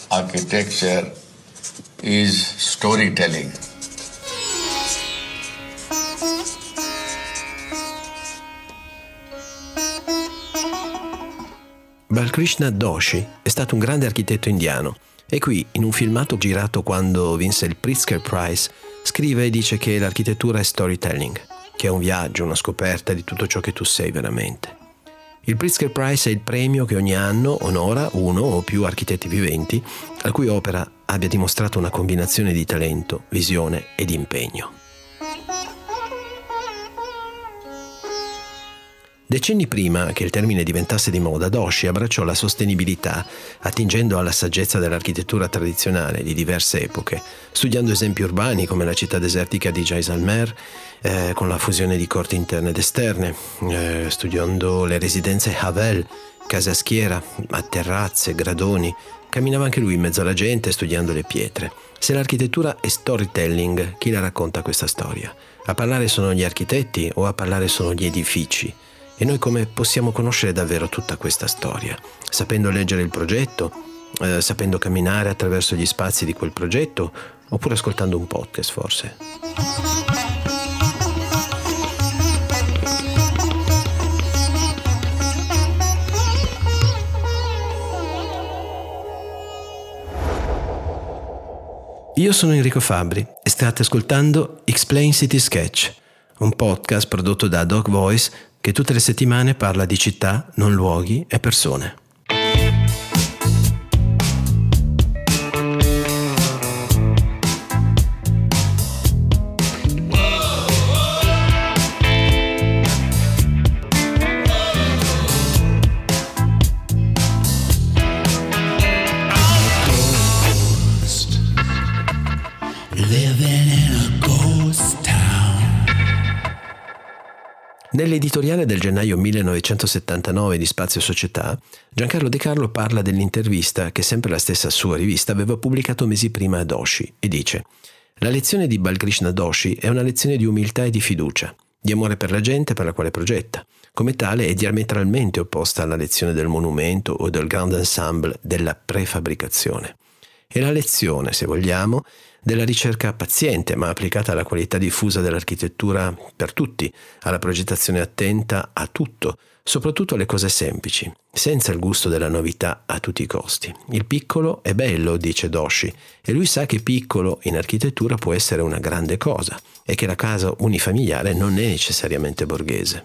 architecture is storytelling. Balkrishna Doshi è stato un grande architetto indiano e qui, in un filmato girato quando vinse il Pritzker Prize, scrive e dice che l'architettura è storytelling, che è un viaggio, una scoperta di tutto ciò che tu sei veramente. Il Pritzker Prize è il premio che ogni anno onora uno o più architetti viventi la cui opera abbia dimostrato una combinazione di talento, visione e di impegno. Decenni prima che il termine diventasse di moda, Doshi abbracciò la sostenibilità attingendo alla saggezza dell'architettura tradizionale di diverse epoche, studiando esempi urbani come la città desertica di Jaisalmer, con la fusione di corti interne ed esterne, studiando le residenze Havel, case a schiera, a terrazze, gradoni. Camminava anche lui in mezzo alla gente studiando le pietre. Se l'architettura è storytelling, chi la racconta questa storia? A parlare sono gli architetti o a parlare sono gli edifici? E noi come possiamo conoscere davvero tutta questa storia? Sapendo leggere il progetto, sapendo camminare attraverso gli spazi di quel progetto, oppure ascoltando un podcast forse? Io sono Enrico Fabbri e state ascoltando Explain City Sketch, un podcast prodotto da Dog Voice che tutte le settimane parla di città, non luoghi e persone. Nell'editoriale del gennaio 1979 di Spazio Società, Giancarlo De Carlo parla dell'intervista che sempre la stessa sua rivista aveva pubblicato mesi prima a Doshi e dice: «La lezione di Balkrishna Doshi è una lezione di umiltà e di fiducia, di amore per la gente per la quale progetta. Come tale è diametralmente opposta alla lezione del monumento o del grand ensemble della prefabbricazione. È la lezione, se vogliamo, della ricerca paziente ma applicata alla qualità diffusa dell'architettura per tutti, alla progettazione attenta a tutto, soprattutto alle cose semplici, senza il gusto della novità a tutti i costi. Il piccolo è bello, dice Doshi, e lui sa che piccolo in architettura può essere una grande cosa e che la casa unifamiliare non è necessariamente borghese».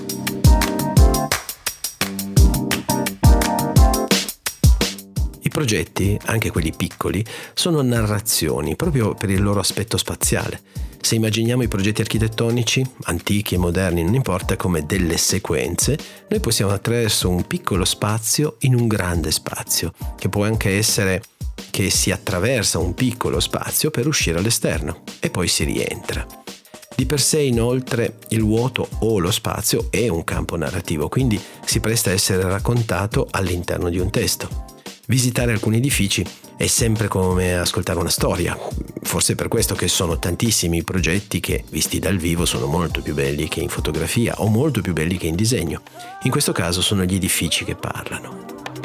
I progetti, anche quelli piccoli, sono narrazioni proprio per il loro aspetto spaziale. Se immaginiamo i progetti architettonici, antichi e moderni, non importa, come delle sequenze, noi possiamo attraverso un piccolo spazio in un grande spazio, che può anche essere che si attraversa un piccolo spazio per uscire all'esterno e poi si rientra. Di per sé, inoltre, il vuoto o lo spazio è un campo narrativo, quindi si presta a essere raccontato all'interno di un testo. Visitare alcuni edifici è sempre come ascoltare una storia, forse è per questo che sono tantissimi i progetti che, visti dal vivo, sono molto più belli che in fotografia o molto più belli che in disegno. In questo caso sono gli edifici che parlano.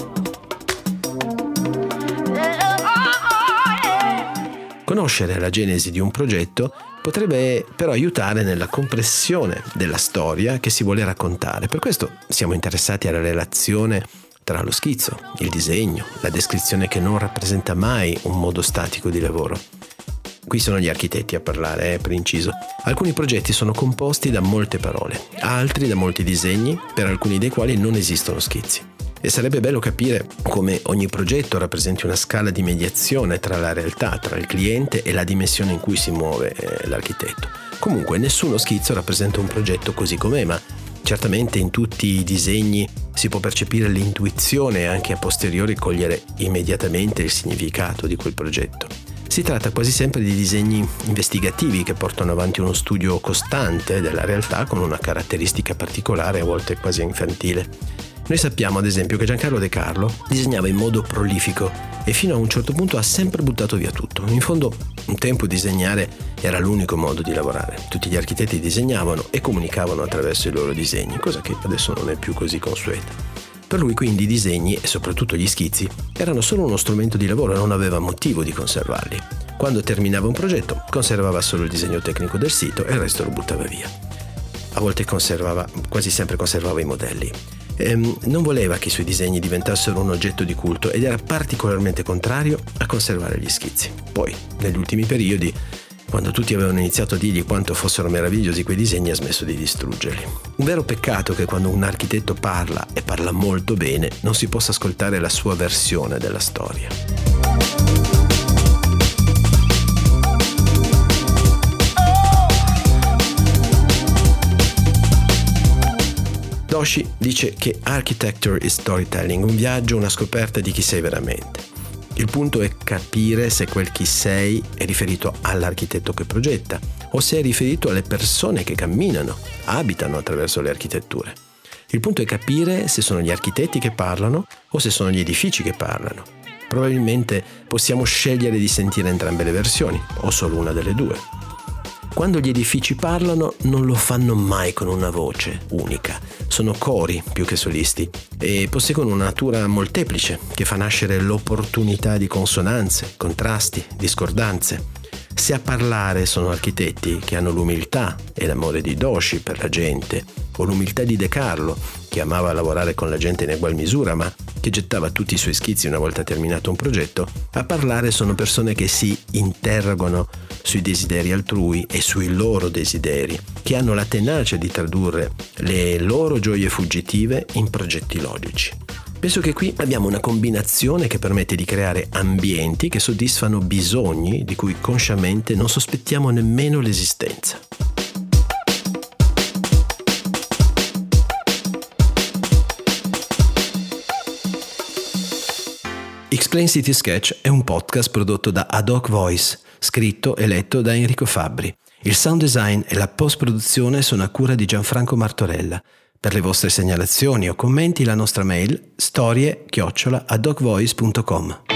Conoscere la genesi di un progetto potrebbe però aiutare nella comprensione della storia che si vuole raccontare. Per questo siamo interessati alla relazione tra lo schizzo, il disegno, la descrizione che non rappresenta mai un modo statico di lavoro. Qui sono gli architetti a parlare, per inciso. Alcuni progetti sono composti da molte parole, altri da molti disegni, per alcuni dei quali non esistono schizzi. E sarebbe bello capire come ogni progetto rappresenti una scala di mediazione tra la realtà, tra il cliente e la dimensione in cui si muove l'architetto. Comunque nessuno schizzo rappresenta un progetto così com'è, ma certamente in tutti i disegni si può percepire l'intuizione e anche a posteriori cogliere immediatamente il significato di quel progetto. Si tratta quasi sempre di disegni investigativi che portano avanti uno studio costante della realtà con una caratteristica particolare, a volte quasi infantile. Noi sappiamo ad esempio che Giancarlo De Carlo disegnava in modo prolifico e fino a un certo punto ha sempre buttato via tutto. In fondo un tempo disegnare era l'unico modo di lavorare. Tutti gli architetti disegnavano e comunicavano attraverso i loro disegni, cosa che adesso non è più così consueta. Per lui quindi i disegni, e soprattutto gli schizzi, erano solo uno strumento di lavoro e non aveva motivo di conservarli. Quando terminava un progetto, conservava solo il disegno tecnico del sito e il resto lo buttava via. A volte quasi sempre conservava i modelli. Non voleva che i suoi disegni diventassero un oggetto di culto ed era particolarmente contrario a conservare gli schizzi. Poi, negli ultimi periodi, quando tutti avevano iniziato a dirgli quanto fossero meravigliosi quei disegni, ha smesso di distruggerli. Un vero peccato che quando un architetto parla, e parla molto bene, non si possa ascoltare la sua versione della storia. Doshi dice che architecture is storytelling, un viaggio, una scoperta di chi sei veramente. Il punto è capire se quel chi sei è riferito all'architetto che progetta o se è riferito alle persone che camminano, abitano attraverso le architetture. Il punto è capire se sono gli architetti che parlano o se sono gli edifici che parlano. Probabilmente possiamo scegliere di sentire entrambe le versioni o solo una delle due. Quando gli edifici parlano non lo fanno mai con una voce unica, sono cori più che solisti e posseggono una natura molteplice che fa nascere l'opportunità di consonanze, contrasti, discordanze. Se a parlare sono architetti che hanno l'umiltà e l'amore di Doshi per la gente, o l'umiltà di De Carlo, che amava lavorare con la gente in egual misura ma che gettava tutti i suoi schizzi una volta terminato un progetto, a parlare sono persone che si interrogano sui desideri altrui e sui loro desideri, che hanno la tenacia di tradurre le loro gioie fuggitive in progetti logici. Penso che qui abbiamo una combinazione che permette di creare ambienti che soddisfano bisogni di cui consciamente non sospettiamo nemmeno l'esistenza. Explain City Sketch è un podcast prodotto da Ad Hoc Voice, scritto e letto da Enrico Fabbri. Il sound design e la post-produzione sono a cura di Gianfranco Martorella. Per le vostre segnalazioni o commenti la nostra mail storie@adhocvoice.com.